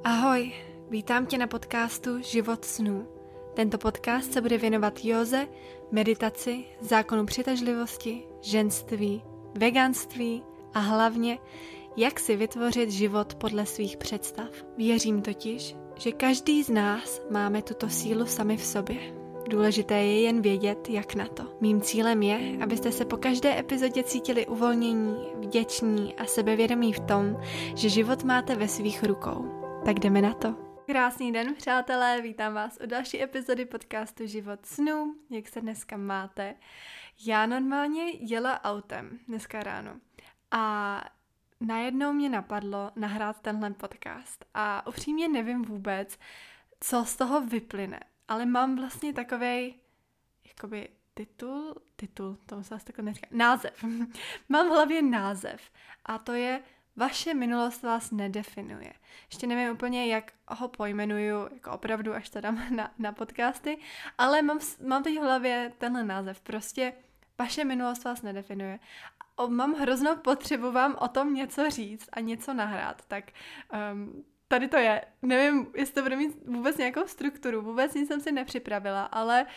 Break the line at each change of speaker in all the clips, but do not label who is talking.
Ahoj, vítám tě na podcastu Život snů. Tento podcast se bude věnovat józe, meditaci, zákonu přitažlivosti, ženství, veganství a hlavně, jak si vytvořit život podle svých představ. Věřím totiž, že každý z nás máme tuto sílu sami v sobě. Důležité je jen vědět, jak na to. Mým cílem je, abyste se po každé epizodě cítili uvolnění, vděční a sebevědomí v tom, že život máte ve svých rukou. Tak jdeme na to. Krásný den, přátelé, vítám vás u další epizody podcastu Život snů. Jak se dneska máte? Já normálně jela autem dneska ráno a najednou mě napadlo nahrát tenhle podcast a upřímně nevím vůbec, co z toho vyplyne, ale mám vlastně takovej jakoby titul, tomu se asi takhle neříká, název. Mám v hlavě název a to je Vaše minulost vás nedefinuje. Ještě nevím úplně, jak ho pojmenuju, jako opravdu, až to dám na podcasty, ale mám teď v hlavě tenhle název. Prostě vaše minulost vás nedefinuje. Mám hroznou potřebu vám o tom něco říct a něco nahrát, tak tady to je. Nevím, jestli to bude mít vůbec nějakou strukturu, vůbec nic jsem si nepřipravila, ale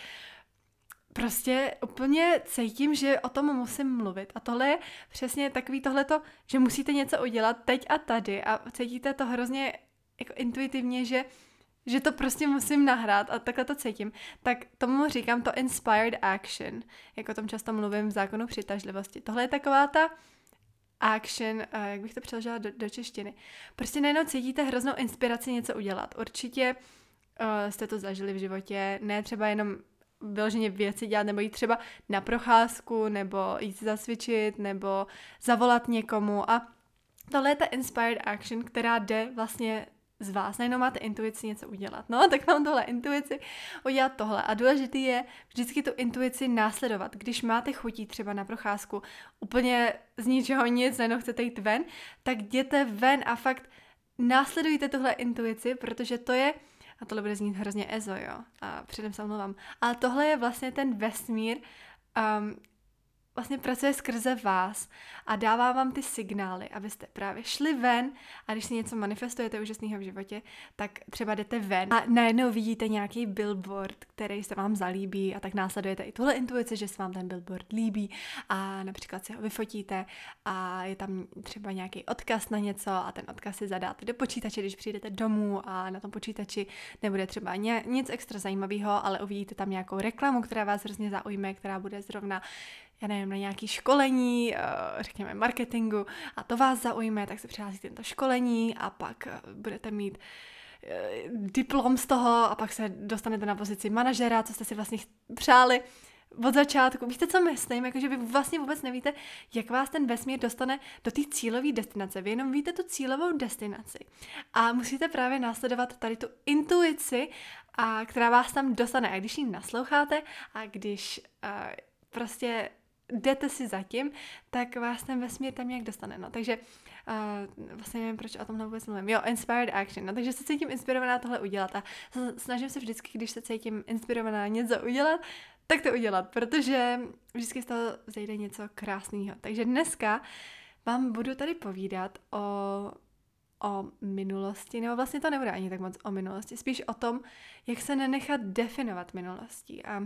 prostě úplně cítím, že o tom musím mluvit. A tohle je přesně takový tohleto, že musíte něco udělat teď a tady a cítíte to hrozně jako intuitivně, že to prostě musím nahrát a takhle to cítím. Tak tomu říkám to inspired action, jako o tom často mluvím v zákonu přitažlivosti. Tohle je taková ta action, jak bych to přeložila do češtiny. Prostě najednou cítíte hroznou inspiraci něco udělat. Určitě jste to zažili v životě, ne třeba jenom vyloženě věci dělat, nebo jít třeba na procházku, nebo jít si zacvičit, nebo zavolat někomu. A tohle je ta inspired action, která jde vlastně z vás. Najednou máte intuici něco udělat. No, tak mám tohle intuici udělat tohle. A důležitý je vždycky tu intuici následovat. Když máte chutí třeba na procházku, úplně z ničeho nic, najednou chcete jít ven, tak jděte ven a fakt následujte tuhle intuici, protože to je, a tohle bude znít hrozně ezo, jo, a předem se omlouvám, ale tohle je vlastně ten vesmír, vlastně pracuje skrze vás a dává vám ty signály, abyste právě šli ven a když si něco manifestujete úžasného v životě, tak třeba jdete ven a najednou vidíte nějaký billboard, který se vám zalíbí a tak následujete i tuhle intuici, že se vám ten billboard líbí a například si ho vyfotíte a je tam třeba nějaký odkaz na něco a ten odkaz si zadáte do počítače, když přijdete domů a na tom počítači nebude třeba nic extra zajímavého, ale uvidíte tam nějakou reklamu, která vás hrozně zaujme, která bude zrovna já nevím, na nějaké školení, řekněme marketingu a to vás zaujme, tak se přihlásíte na to školení a pak budete mít diplom z toho a pak se dostanete na pozici manažera, co jste si vlastně přáli od začátku. Víte, co myslím? Jakože vy vlastně vůbec nevíte, jak vás ten vesmír dostane do té cílové destinace. Vy jenom víte tu cílovou destinaci a musíte právě následovat tady tu intuici, která vás tam dostane. A když ji nasloucháte a když prostě jdete si zatím, tak vás ten vesmír tam nějak dostane. No. Takže vlastně nevím, proč o tomhle vůbec mluvím. Jo, inspired action. No, takže se cítím inspirovaná tohle udělat a snažím se vždycky, když se cítím inspirovaná něco udělat, tak to udělat, protože vždycky z toho vzejde něco krásného. Takže dneska vám budu tady povídat o minulosti, nebo vlastně to nebude ani tak moc o minulosti, spíš o tom, jak se nenechat definovat minulostí. A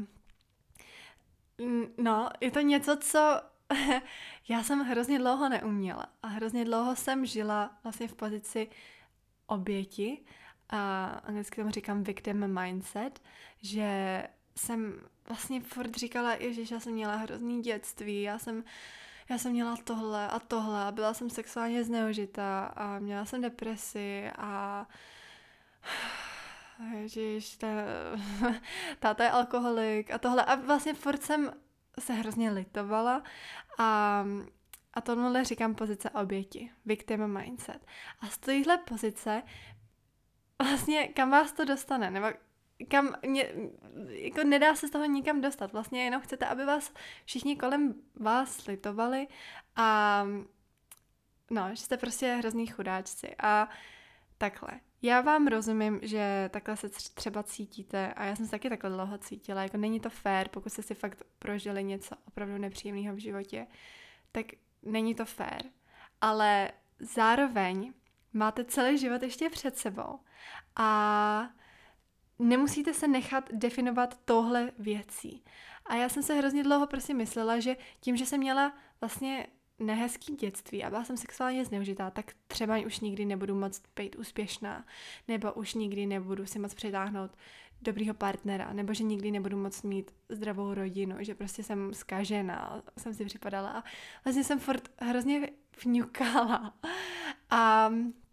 no, je to něco, co já jsem hrozně dlouho neuměla a hrozně dlouho jsem žila vlastně v pozici oběti a anglicky tomu říkám victim mindset, že jsem vlastně furt říkala, ježiš, já jsem měla hrozný dětství, já jsem měla tohle a byla jsem sexuálně zneužitá a měla jsem depresi a ježiš, táta je alkoholik a tohle. A vlastně furt jsem se hrozně litovala a tohle říkám pozice oběti, victim mindset. A z téhle pozice vlastně kam vás to dostane, nebo jako nedá se z toho nikam dostat. Vlastně jenom chcete, aby vás všichni kolem vás litovali a no, že jste prostě hrozný chudáčci a takhle. Já vám rozumím, že takhle se třeba cítíte a já jsem se taky takhle dlouho cítila, jako není to fér, pokud jste si fakt prožili něco opravdu nepříjemného v životě, tak není to fér, ale zároveň máte celý život ještě před sebou a nemusíte se nechat definovat touhle věcí. A já jsem se hrozně dlouho prostě myslela, že tím, že jsem měla vlastně nehezký dětství a byla jsem sexuálně zneužitá, tak třeba už nikdy nebudu moc být úspěšná, nebo už nikdy nebudu si moc přitáhnout dobrýho partnera, nebo že nikdy nebudu moc mít zdravou rodinu, že prostě jsem zkažená, jsem si připadala a vlastně jsem furt hrozně vňukala. A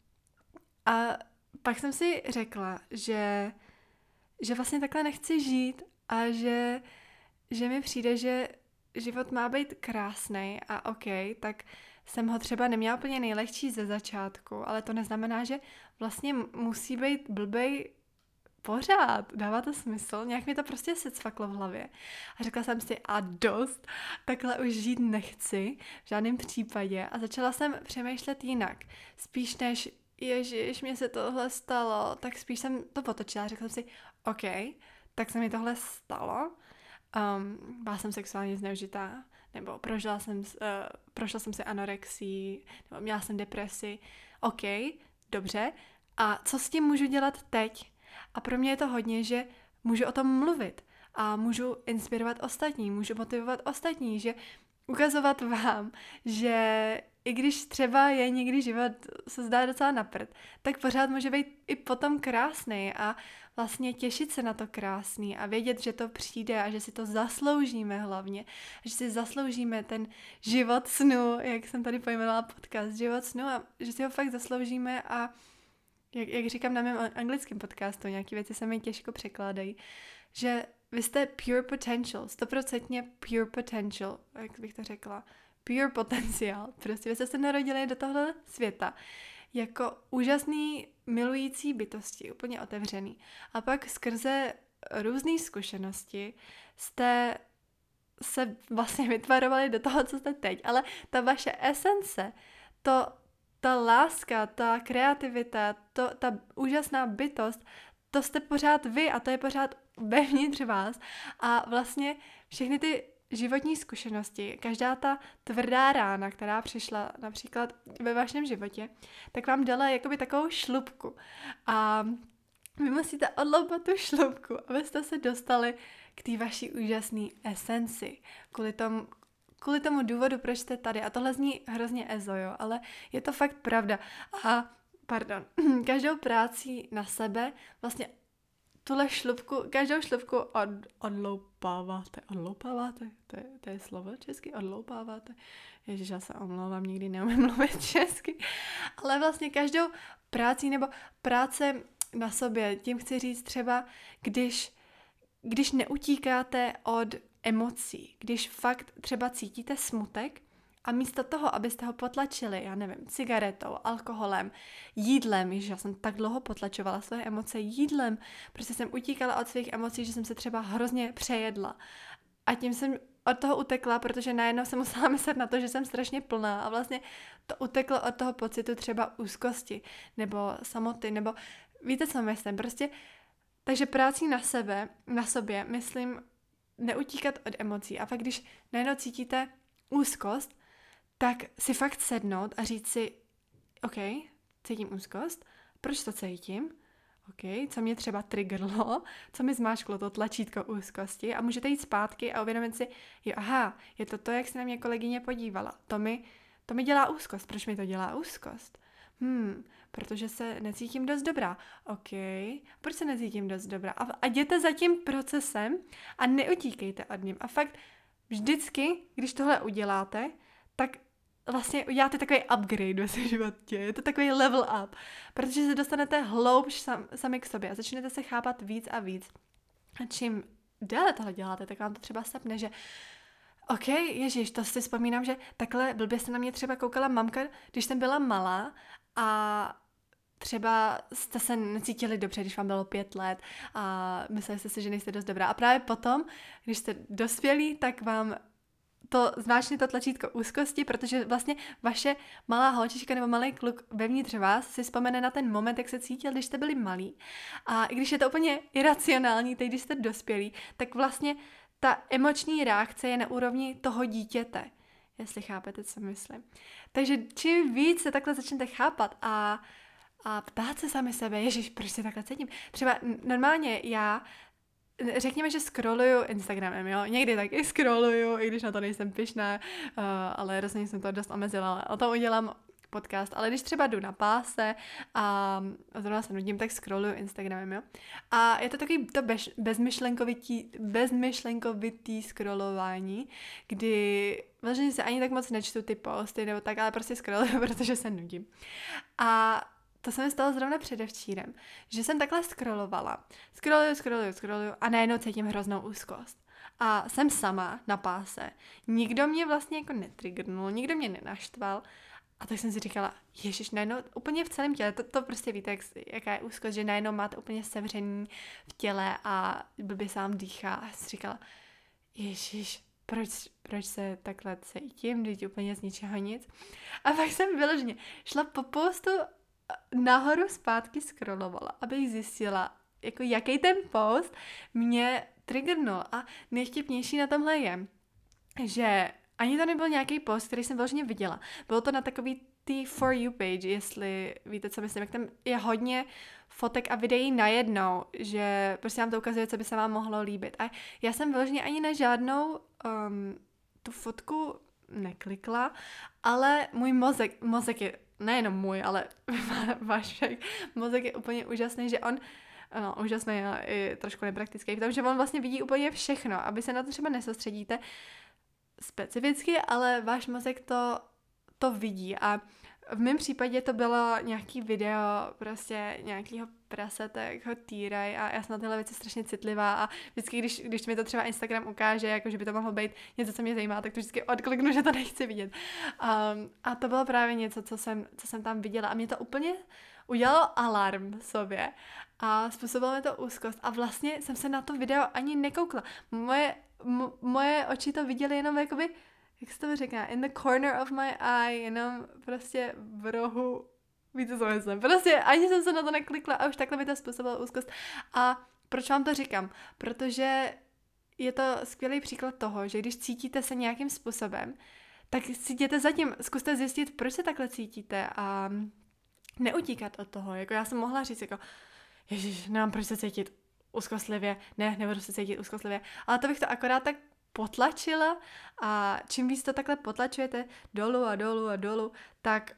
pak jsem si řekla, že vlastně takhle nechci žít a že mi přijde, že život má být krásnej a OK, tak jsem ho třeba neměla úplně nejlehčí ze začátku, ale to neznamená, že vlastně musí být blbej pořád. Dává to smysl? Nějak mi to prostě secvaklo v hlavě. A řekla jsem si, a dost, takhle už žít nechci v žádném případě. A začala jsem přemýšlet jinak. Spíš než, ježiš, mně se tohle stalo, tak spíš jsem to otočila. Řekla jsem si, OK, tak se mi tohle stalo. Byla jsem sexuálně zneužitá, nebo prošla jsem si anorexii, nebo měla jsem depresi. OK, dobře. A co s tím můžu dělat teď? A pro mě je to hodně, že můžu o tom mluvit a můžu inspirovat ostatní, můžu motivovat ostatní, že ukazovat vám, že i když třeba je někdy život se zdá docela na prd, tak pořád může být i potom krásný a vlastně těšit se na to krásný a vědět, že to přijde a že si to zasloužíme hlavně. A že si zasloužíme ten život snu, jak jsem tady pojmenovala podcast, život snu a že si ho fakt zasloužíme a jak říkám na mém anglickém podcastu, nějaké věci se mi těžko překládají, že vy jste pure potential, 100% pure potential, jak bych to řekla, pure potenciál. Prostě vy jste se narodili do tohle světa jako úžasný, milující bytosti, úplně otevřený. A pak skrze různé zkušenosti jste se vlastně vytvarovali do toho, co jste teď. Ale ta vaše esence, ta láska, ta kreativita, ta úžasná bytost, to jste pořád vy a to je pořád vevnitř vás. A vlastně všechny ty životní zkušenosti, každá ta tvrdá rána, která přišla například ve vašem životě, tak vám dala jakoby takovou šlupku. A vy musíte odloupat tu šlupku, abyste se dostali k té vaší úžasné esenci. Kvůli tomu důvodu, proč jste tady. A tohle zní hrozně ezo, jo, ale je to fakt pravda. A, každou práci na sebe vlastně každou šlupku odloupáváte. Odloupáváte? To je slovo česky? Odloupáváte? Ježiš, já se omlouvám, nikdy neumím mluvit česky. Ale vlastně každou práci nebo práce na sobě, tím chci říct třeba, když neutíkáte od emocí, když fakt třeba cítíte smutek a místo toho, abyste ho potlačili, já nevím, cigaretou, alkoholem, jídlem, já jsem tak dlouho potlačovala své emoce jídlem, protože jsem utíkala od svých emocí, že jsem se třeba hrozně přejedla. A tím jsem od toho utekla, protože najednou jsem musela myslet na to, že jsem strašně plná a vlastně to uteklo od toho pocitu třeba úzkosti nebo samoty, nebo víte, co myslím, prostě takže práci na sobě, myslím, neutíkat od emocí. A pak, když najednou cítíte úzkost, tak si fakt sednout a říct si, OK, cítím úzkost, proč to cítím? OK, co mě třeba triggerlo, co mi zmáčklo to tlačítko úzkosti a můžete jít zpátky a uvědomit si, jo, aha, je to, jak se na mě kolegyně podívala. To mi dělá úzkost. Proč mi to dělá úzkost? Protože se necítím dost dobrá. OK, proč se necítím dost dobrá? A jděte za tím procesem a neutíkejte od něm. A fakt vždycky, když tohle uděláte, tak vlastně uděláte takový upgrade ve svém životě. Je to takový level up, protože se dostanete hloubš sami k sobě a začnete se chápat víc a víc. A čím déle tohle děláte, tak vám to třeba sepne, že OK, ježiš, to si vzpomínám, že takhle blbě se na mě třeba koukala mamka, když jsem byla malá a třeba jste se necítili dobře, když vám bylo 5 let a mysleli jste si, že nejste dost dobrá. A právě potom, když jste dospělí, tak vám to zmáčkne to tlačítko úzkosti, protože vlastně vaše malá holčička nebo malý kluk vevnitř vás si vzpomene na ten moment, jak se cítil, když jste byli malí. A i když je to úplně iracionální, teď když jste dospělí, tak vlastně ta emoční reakce je na úrovni toho dítěte, jestli chápete, co myslím. Takže čím víc se takhle začnete chápat a a ptát se sami sebe, ježiš, proč se takhle cítím. Třeba normálně řekněme, že scrolluju Instagramem, jo, někdy taky scrolluju, i když na to nejsem pyšná, ale rozhodně jsem to dost omezila, ale o tom udělám podcast, ale když třeba jdu na páse a zrovna se nudím, tak scrolluju Instagramem, jo. A je to takový to bezmyšlenkovitý scrollování, kdy vlastně se ani tak moc nečtu ty posty nebo tak, ale prostě scrolluju, protože se nudím. A to se mi stalo zrovna předevčírem, že jsem takhle scrollovala. Scrolluju a najednou cítím hroznou úzkost. A jsem sama na páse. Nikdo mě vlastně jako netrigrnul, nikdo mě nenaštval. A tak jsem si říkala, ježiš, najednou úplně v celém těle, to prostě víte, jaká je úzkost, že najednou máte úplně sevřený v těle a blbě sám dýchá. A jsem si říkala, ježiš, proč se takhle cítím, když úplně z ničeho nic. A pak jsem vyloženě šla po postu nahoru zpátky scrollovala, abych zjistila, jako jaký ten post mě triggernul. A nejvtipnější na tomhle je, že ani to nebyl nějaký post, který jsem vyloženě viděla. Bylo to na takový ty For You page, jestli víte, co myslím, jak tam je hodně fotek a videí najednou, že prostě vám to ukazuje, co by se vám mohlo líbit. A já jsem vyloženě ani na žádnou tu fotku neklikla, ale můj mozek je, nejenom můj, ale váš mozek je úplně úžasný, že on, úžasný a i trošku nepraktický v tom, že on vlastně vidí úplně všechno, aby se na to třeba nesoustředíte specificky, ale váš mozek to vidí a v mém případě to bylo nějaký video prostě nějakýho prasete, jak ho týraj a já jsem na tyhle věci strašně citlivá a vždycky, když mi to třeba Instagram ukáže, jako že by to mohlo být něco, co mě zajímá, tak to vždycky odkliknu, že to nechci vidět. A to bylo právě něco, co jsem tam viděla a mě to úplně udělalo alarm v sobě a způsobilo mi to úzkost a vlastně jsem se na to video ani nekoukla. Moje oči to viděly jenom jakoby, jak se to říká, in the corner of my eye, jenom prostě v rohu, víte, co myslím. Prostě ani jsem se na to neklikla a už takhle mi to způsobilo úzkost. A proč vám to říkám? Protože je to skvělý příklad toho, že když cítíte se nějakým způsobem, tak si jděte zatím, zkuste zjistit, proč se takhle cítíte a neutíkat od toho. Jako já jsem mohla říct, jako ježiš, nemám proč se cítit úzkostlivě, nebudu se cítit úzkostlivě, ale to bych to akorát tak potlačila a čím víc to takhle potlačujete dolů a dolů a dolů, tak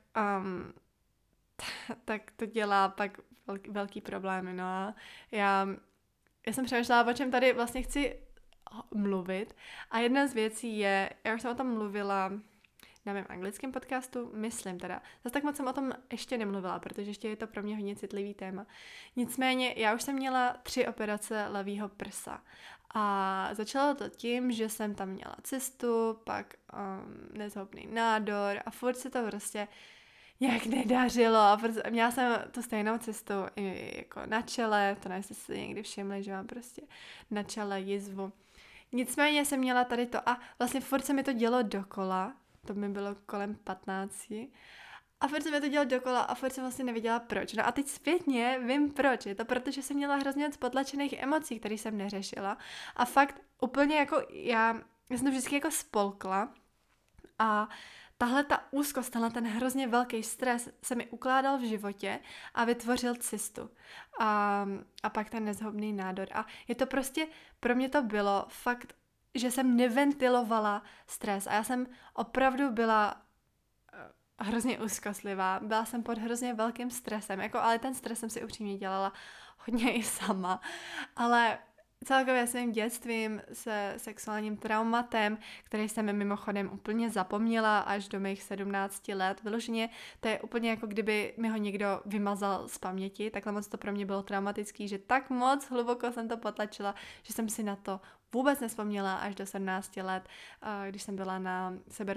to dělá pak velký problémy. No a já jsem přemýšlela, o čem tady vlastně chci mluvit a jedna z věcí je, já už jsem o tom mluvila na mém anglickém podcastu, myslím teda. Zase tak moc jsem o tom ještě nemluvila, protože ještě je to pro mě hodně citlivý téma. Nicméně, já už jsem měla 3 operace levýho prsa. A začalo to tím, že jsem tam měla cystu, pak nezhubný nádor a furt se to prostě nějak nedařilo. A měla jsem tu stejnou cestu i jako na čele, to nejste si někdy všimli, že mám prostě na čele jizvu. Nicméně jsem měla tady to a vlastně furt se mi to dělo dokola, to mi bylo kolem 15. A furt se mi to dělo dokola a furt jsem vlastně nevěděla proč. No a teď zpětně vím proč. Je to proto, že jsem měla hrozně moc potlačených emocí, které jsem neřešila. A fakt úplně jako já jsem to vždycky jako spolkla a tahle ta úzkost, ten hrozně velký stres se mi ukládal v životě a vytvořil cystu. A pak ten nezhubný nádor. A je to prostě, pro mě to bylo fakt, že jsem neventilovala stres a já jsem opravdu byla hrozně úzkostlivá, byla jsem pod hrozně velkým stresem, ale ten stres jsem si upřímně dělala hodně i sama, ale celkově svým dětstvím se sexuálním traumatem, který jsem mimochodem úplně zapomněla až do mých 17 let, vyloženě to je úplně jako kdyby mi ho někdo vymazal z paměti, takhle moc to pro mě bylo traumatický, že tak moc hluboko jsem to potlačila, že jsem si na to vůbec nevzpomněla až do 17 let, když jsem byla na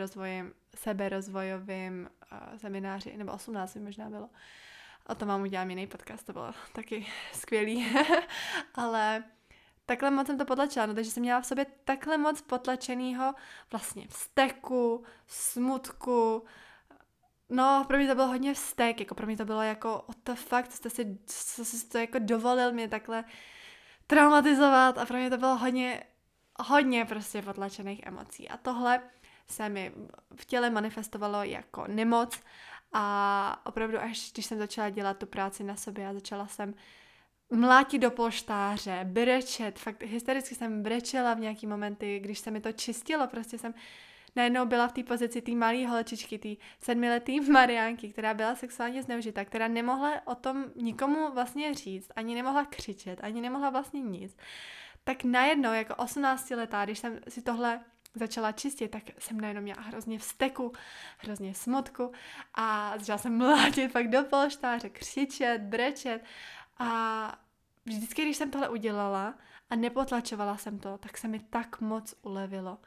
seberozvojovém semináři, nebo 18 možná bylo. O tom vám udělám jiný podcast, to bylo taky skvělý, ale takhle moc jsem to potlačila, takže jsem měla v sobě takhle moc potlačenýho vlastně vzteku, smutku. No, pro mě to bylo hodně vztek, jako pro mě to bylo jako what the fuck, co jsi to jako dovolil mě takhle traumatizovat a pro mě to bylo hodně prostě potlačených emocí. A tohle se mi v těle manifestovalo jako nemoc a opravdu až když jsem začala dělat tu práci na sobě a začala jsem mlátit do polštáře, brečet, fakt hystericky jsem brečela v nějaký momenty, když se mi to čistilo, prostě jsem najednou byla v té pozici té malé holčičky, té 7letý Mariánky, která byla sexuálně zneužita, která nemohla o tom nikomu vlastně říct, ani nemohla křičet, ani nemohla vlastně nic. Tak najednou, jako 18letá, když jsem si tohle začala čistit, tak jsem najednou měla hrozně vzteku, hrozně smutku a začala jsem mlátit fakt do polštáře, křičet, brečet a vždycky, když jsem tohle udělala a nepotlačovala jsem to, tak se mi tak moc ulevilo.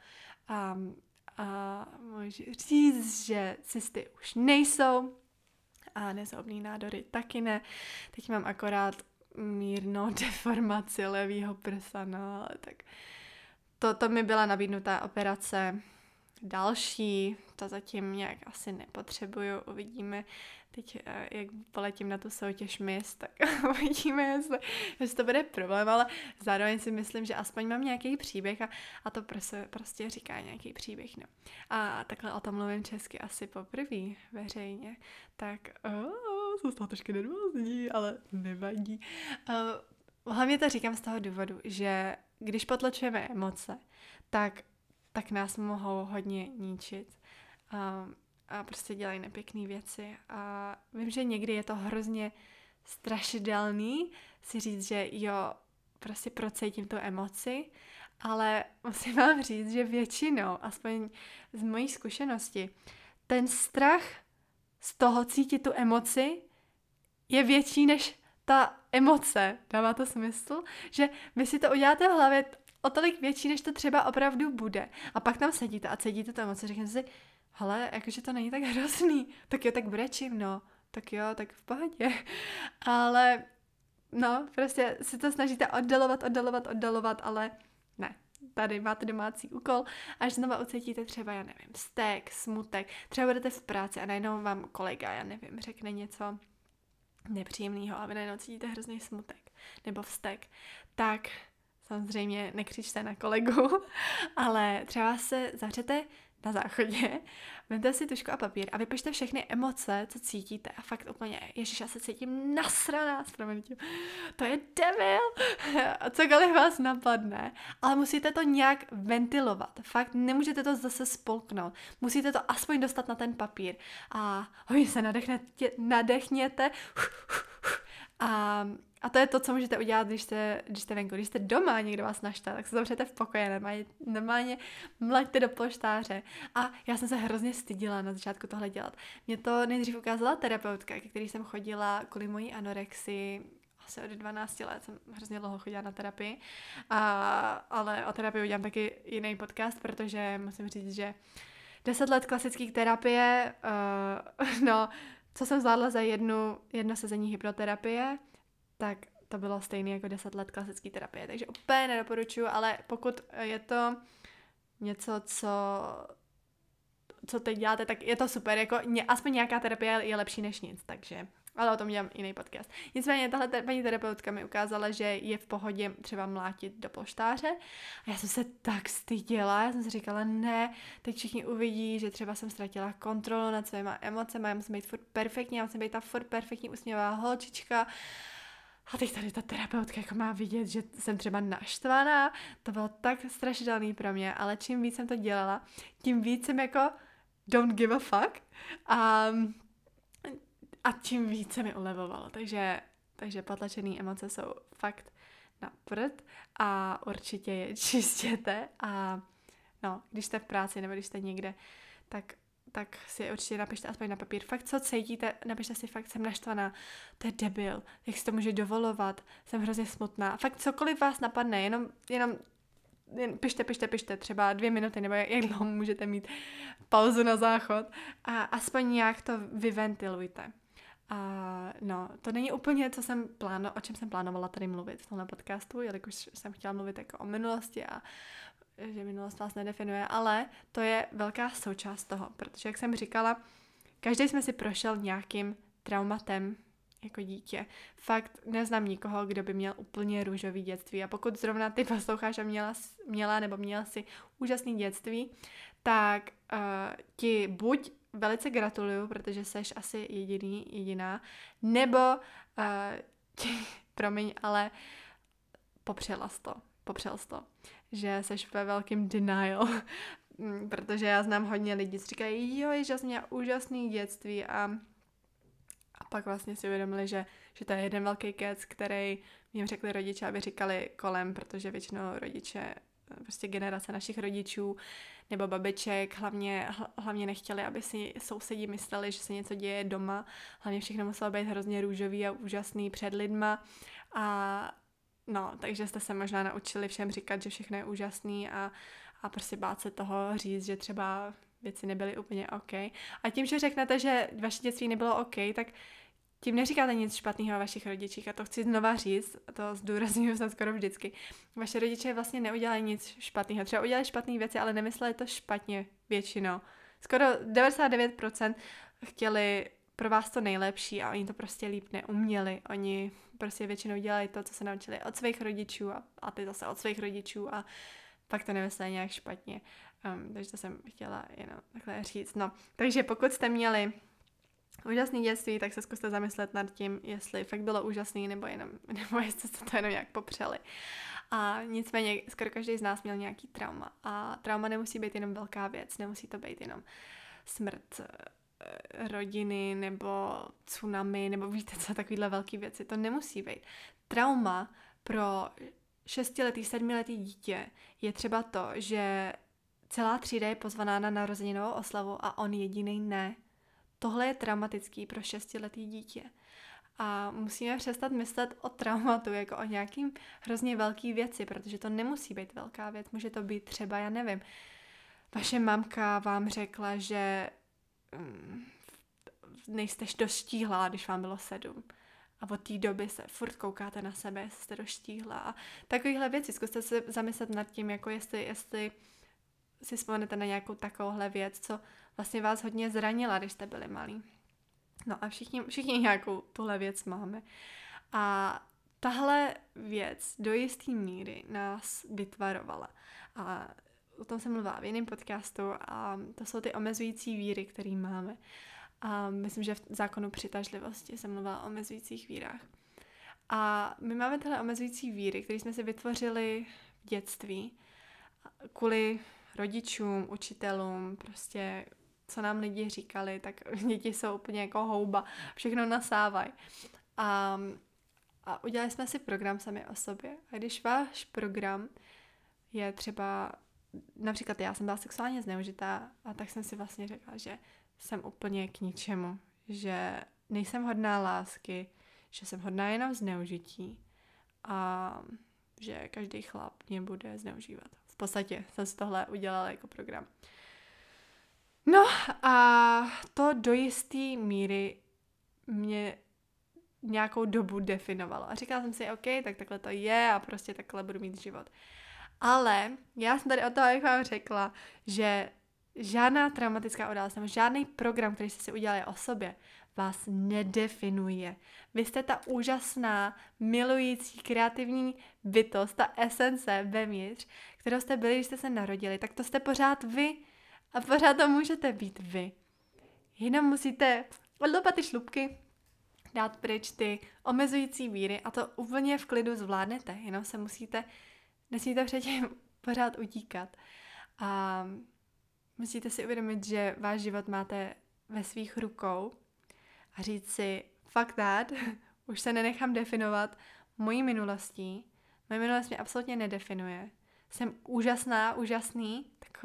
A můžu říct, že cysty už nejsou a nezhoubný nádory taky ne. Teď mám akorát mírnou deformaci levýho prsa, no, ale tak to mi byla nabídnutá operace další, to zatím nějak asi nepotřebuju, uvidíme teď, jak poletím na tu soutěž Miss, tak uvidíme, jestli to bude problém, ale zároveň si myslím, že aspoň mám nějaký příběh a to prostě říká nějaký příběh, no. A takhle o tom mluvím česky asi poprvé veřejně, tak jsem z toho trošku nervózní, ale nevadí. Hlavně to říkám z toho důvodu, že když potlačujeme emoce, tak nás mohou hodně ničit a prostě dělají nepěkné věci. A vím, že někdy je to hrozně strašidelný si říct, že jo, prostě procítím tu emoci, ale musím vám říct, že většinou, aspoň z mojí zkušenosti, ten strach z toho cítit tu emoci je větší než ta emoce. Dává to smysl? Že vy si to uděláte v hlavě o tolik větší, než to třeba opravdu bude. A pak tam sedíte a cítíte tu emoci, řeknete si, hele, jakože to není tak hrozný. Tak jo, tak brečím, no. Tak jo, tak v pohodě. Ale no, prostě si to snažíte oddalovat, ale ne. Tady máte domácí úkol, až znova ucítíte třeba, já nevím, vztek, smutek, třeba budete v práci a najednou vám kolega, já nevím, řekne něco nepříjemného a vy najednou cítíte hrozný smutek nebo vztek, tak samozřejmě nekřičte na kolegu, ale třeba se zavřete na záchodě, vemte si tužku a papír a vypište všechny emoce, co cítíte a fakt úplně, ježiš, já se cítím nasraná, to je debil, a cokoliv vás napadne, ale musíte to nějak ventilovat, fakt nemůžete to zase spolknout, musíte to aspoň dostat na ten papír a hodně se nadechněte a to je to, co můžete udělat, když jste venku. Když jste doma a někdo vás naštve, tak se zavřete v pokoji, normálně mlaďte do polštáře. A já jsem se hrozně stydila na začátku tohle dělat. Mě to nejdřív ukázala terapeutka, ke který jsem chodila kvůli mojí anorexii. Asi od 12 let jsem hrozně dlouho chodila na terapii. Ale o terapii udělám taky jiný podcast, protože musím říct, že 10 let klasické terapie, co jsem zvládla za jedno sezení hypnoterapie, tak to bylo stejné jako 10 let klasické terapie. Takže úplně nedoporučuju, ale pokud je to něco, co teď děláte, tak je to super. Jako aspoň nějaká terapie je lepší než nic, takže. Ale o tom dělám jiný podcast. Nicméně tahle paní terapeutka mi ukázala, že je v pohodě třeba mlátit do polštáře. A já jsem se tak styděla, já jsem si říkala, ne, teď všichni uvidí, že třeba jsem ztratila kontrolu nad svýma emocemi, já musím být furt perfektní, já musím být ta furt perfektní usměvá holčička. A teď tady ta terapeutka jako má vidět, že jsem třeba naštvaná. To bylo tak strašidelný pro mě, ale čím víc jsem to dělala, tím víc jsem jako don't give a fuck. A tím víc se mi ulevovalo. Takže potlačené emoce jsou fakt na prd a určitě je čistěte. A no, když jste v práci nebo když jste někde, tak si určitě napište aspoň na papír. Fakt, co cítíte, napište si fakt, jsem naštvaná, to je debil, jak si to může dovolovat, jsem hrozně smutná. Fakt cokoliv vás napadne, jenom pište, třeba 2 minuty, nebo jak dlouho můžete mít pauzu na záchod a aspoň nějak to vyventilujte. A no, to není úplně, o čem jsem plánovala tady mluvit v tomhle podcastu, jelikož jsem chtěla mluvit jako o minulosti a že minulost vás nedefinuje, ale to je velká součást toho, protože jak jsem říkala, každý jsme si prošel nějakým traumatem jako dítě. Fakt neznám nikoho, kdo by měl úplně růžový dětství a pokud zrovna ty posloucháš a měla nebo měl si úžasný dětství, tak ti buď velice gratuluju, protože seš asi jediná, nebo promiň, ale popřel jsi to, že seš ve velkým denial, protože já znám hodně lidí, co říkají, jo, že jsem měla úžasný dětství a pak vlastně si uvědomili, že to je jeden velký kec, který jim řekli rodiče, aby říkali kolem, protože většinou rodiče, prostě generace našich rodičů nebo babiček hlavně nechtěli, aby si sousedí mysleli, že se něco děje doma. Hlavně všechno muselo být hrozně růžový a úžasný před lidma. A no, takže jste se možná naučili všem říkat, že všechno je úžasný a prostě bát se toho říct, že třeba věci nebyly úplně OK. A tím, že řeknete, že vaše dětství nebylo OK, tak tím neříkáte nic špatného o vašich rodičích a to chci znova říct, a to zdůrazňuji snad skoro vždycky. Vaše rodiče vlastně neudělali nic špatného. Třeba udělali špatné věci, ale nemysleli to špatně většinou. Skoro 99% chtěli pro vás to nejlepší a oni to prostě líp neuměli. Oni prostě většinou dělali to, co se naučili od svých rodičů a ty zase od svých rodičů a pak to nemysleli nějak špatně. Takže to jsem chtěla jenom takhle říct. No, takže pokud jste měli úžasný dětství, tak se zkuste zamyslet nad tím, jestli fakt bylo úžasný, nebo jestli jste to jenom nějak popřeli. A nicméně skoro každý z nás měl nějaký trauma. A trauma nemusí být jenom velká věc, nemusí to být jenom smrt rodiny, nebo tsunami, nebo víte co, takovýhle velký věci. To nemusí být. Trauma pro 6letý, 7letý dítě je třeba to, že celá třída je pozvaná na narozeninovou oslavu a on jedinej ne. Tohle je traumatický pro 6letý dítě. A musíme přestat myslet o traumatu jako o nějakým hrozně velký věci, protože to nemusí být velká věc. Může to být třeba, já nevím, vaše mamka vám řekla, že nejste dost štíhlá, když vám bylo 7. A od té doby se furt koukáte na sebe, jestli jste dost štíhlá. A takovýhle věci, zkuste se zamyslet nad tím, jako jestli si vzpomenete na nějakou takovouhle věc, co vlastně vás hodně zranila, když jste byli malí. No a všichni nějakou tuhle věc máme. A tahle věc do jisté míry nás vytvarovala. A o tom jsem mluvila v jiném podcastu a to jsou ty omezující víry, které máme. A myslím, že v zákonu přitažlivosti jsem mluvila o omezujících vírách. A my máme tyhle omezující víry, které jsme si vytvořili v dětství kvůli rodičům, učitelům, prostě co nám lidi říkali, tak děti jsou úplně jako houba, všechno nasávají. A udělali jsme si program sami o sobě. A když váš program je třeba, například já jsem byla sexuálně zneužitá a tak jsem si vlastně řekla, že jsem úplně k ničemu, že nejsem hodná lásky, že jsem hodná jenom zneužití a že každý chlap mě bude zneužívat. V podstatě jsem si tohle udělala jako program. No a to do jisté míry mě nějakou dobu definovalo. A říkala jsem si, OK, tak takhle to je a prostě takhle budu mít život. Ale já jsem tady o toho, jak vám řekla, že žádná traumatická událost nebo žádný program, který jste si udělali o sobě, vás nedefinuje. Vy jste ta úžasná, milující, kreativní bytost, ta esence vevnitř, kterou jste byli, když jste se narodili, tak to jste pořád vy a pořád to můžete být vy. Jenom musíte odloupat ty šlupky, dát pryč ty omezující víry a to úplně v klidu zvládnete, jenom se nesmíte předtím pořád utíkat. A musíte si uvědomit, že váš život máte ve svých rukou a říct si, fuck that, už se nenechám definovat mojí minulostí. Moje minulost mě absolutně nedefinuje. Jsem úžasná, úžasný,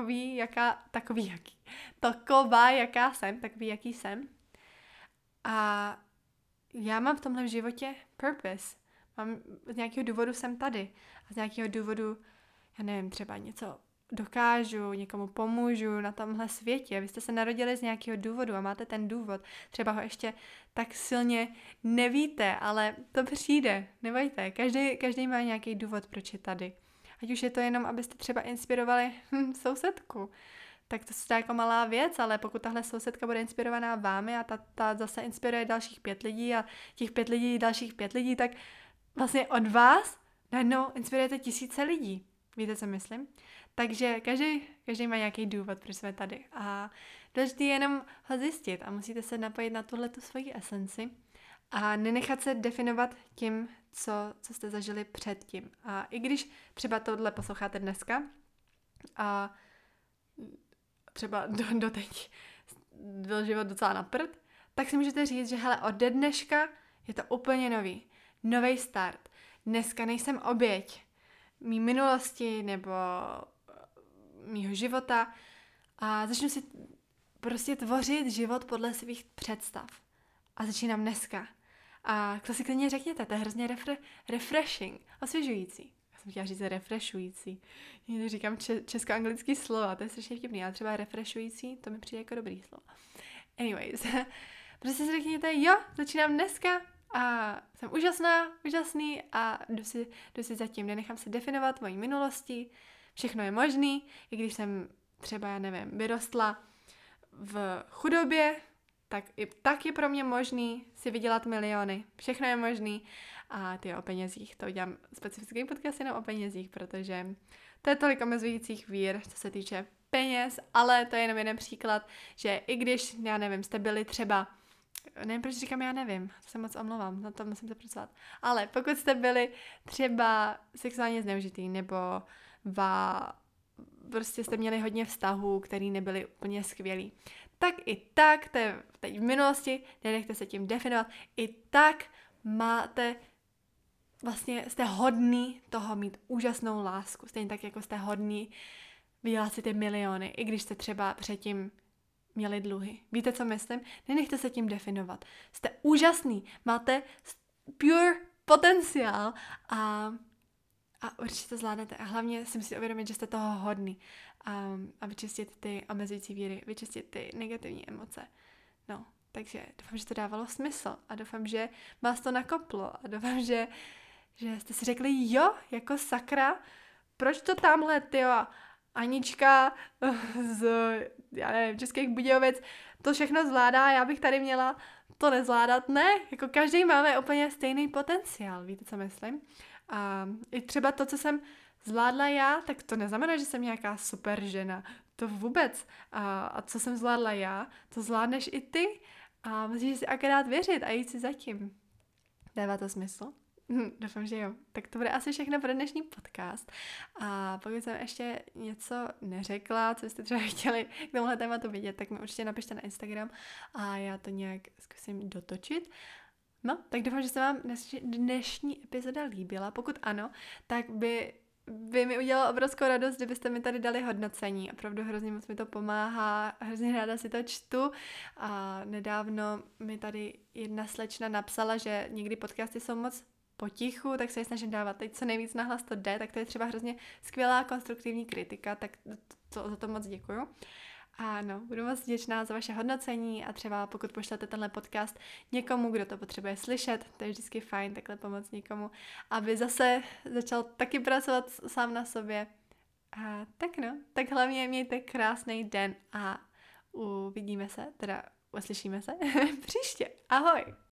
taková, jaká jsem, takový, jaký jsem. A já mám v tomhle životě purpose. Z nějakého důvodu jsem tady. A z nějakého důvodu, já nevím, třeba něco dokážu, někomu pomůžu na tomhle světě. Vy jste se narodili z nějakého důvodu a máte ten důvod. Třeba ho ještě tak silně nevíte, ale to přijde. Nebojte, každý má nějaký důvod, proč je tady. Ať už je to jenom, abyste třeba inspirovali sousedku. Tak to je jako malá věc, ale pokud tahle sousedka bude inspirovaná vámi a ta zase inspiruje dalších 5 lidí a těch 5 lidí dalších 5 lidí, tak vlastně od vás najednou inspirujete tisíce lidí. Víte, co myslím? Takže každý má nějaký důvod, proč jsme tady. A důležité je jenom ho zjistit a musíte se napojit na tuhletu svoji esenci a nenechat se definovat tím, co jste zažili předtím. A i když třeba tohle posloucháte dneska a třeba doteď byl život docela na prd, tak si můžete říct, že hele, ode dneška je to úplně nový start. Dneska nejsem oběť mý minulosti nebo mýho života a začnu si prostě tvořit život podle svých představ. A začínám dneska. A to si klidně řekněte, to je hrozně refreshing, osvěžující. Já jsem chtěla říct refreshující. Někdy říkám česko-anglický slova, to je strašně vtipný, ale třeba refreshující, to mi přijde jako dobrý slovo. Anyways, prostě si řekněte, jo, začínám dneska a jsem úžasný a jdu si zatím, nenechám se definovat mojí minulosti, všechno je možný, i když jsem třeba, já nevím, vyrostla v chudobě, tak je pro mě možný si vydělat miliony. Všechno je možný a ty o penězích. To udělám specifický podcast jenom o penězích, protože to je tolik omezujících vír, co se týče peněz, ale to je jenom jeden příklad, že i když, já nevím, jste byli třeba, nevím, proč říkám já nevím, to se moc omlouvám, na to musím zapracovat, ale pokud jste byli třeba sexuálně zneužitý nebo prostě jste měli hodně vztahů, který nebyly úplně skvělý, tak i tak, to je teď v minulosti, nenechte se tím definovat, i tak jste hodný toho mít úžasnou lásku, stejně tak, jako jste hodný vydělat si ty miliony, i když jste třeba předtím měli dluhy. Víte, co myslím? Nenechte se tím definovat. Jste úžasný, máte pure potenciál a určitě to zvládnete. A hlavně si musíte uvědomit, že jste toho hodný a vyčistit ty omezující víry, vyčistit ty negativní emoce. No, takže doufám, že to dávalo smysl a doufám, že vás to nakoplo a doufám, že jste si řekli, jo, jako sakra, proč to tamhle, tyjo, Anička z, já nevím, Českých Budějovic to všechno zvládá, já bych tady měla to nezvládat. Ne, jako každý máme úplně stejný potenciál, víte, co myslím? A i třeba to, co jsem zvládla já, tak to neznamená, že jsem nějaká super žena. To vůbec. A co jsem zvládla já, to zvládneš i ty. A musíš si akorát věřit a jít si zatím. Dává to smysl? Doufám, že jo. Tak to bude asi všechno pro dnešní podcast. A pokud jsem ještě něco neřekla, co jste třeba chtěli k tomuhle tématu vidět, tak mi určitě napište na Instagram a já to nějak zkusím dotočit. No, tak doufám, že se vám dnešní epizoda líbila. Pokud ano, tak by mi udělalo obrovskou radost, kdybyste mi tady dali hodnocení. Opravdu hrozně moc mi to pomáhá, hrozně ráda si to čtu. A nedávno mi tady jedna slečna napsala, že někdy podcasty jsou moc potichu, tak se je snažím dávat. Teď co nejvíc nahlas to jde, tak to je třeba hrozně skvělá konstruktivní kritika, tak za to moc děkuju. A no, budu moc vděčná za vaše hodnocení a třeba pokud pošlete tenhle podcast někomu, kdo to potřebuje slyšet, to je vždycky fajn takhle pomoct někomu, aby zase začal taky pracovat sám na sobě. A tak no, tak hlavně mějte krásný den a uslyšíme se příště. Ahoj!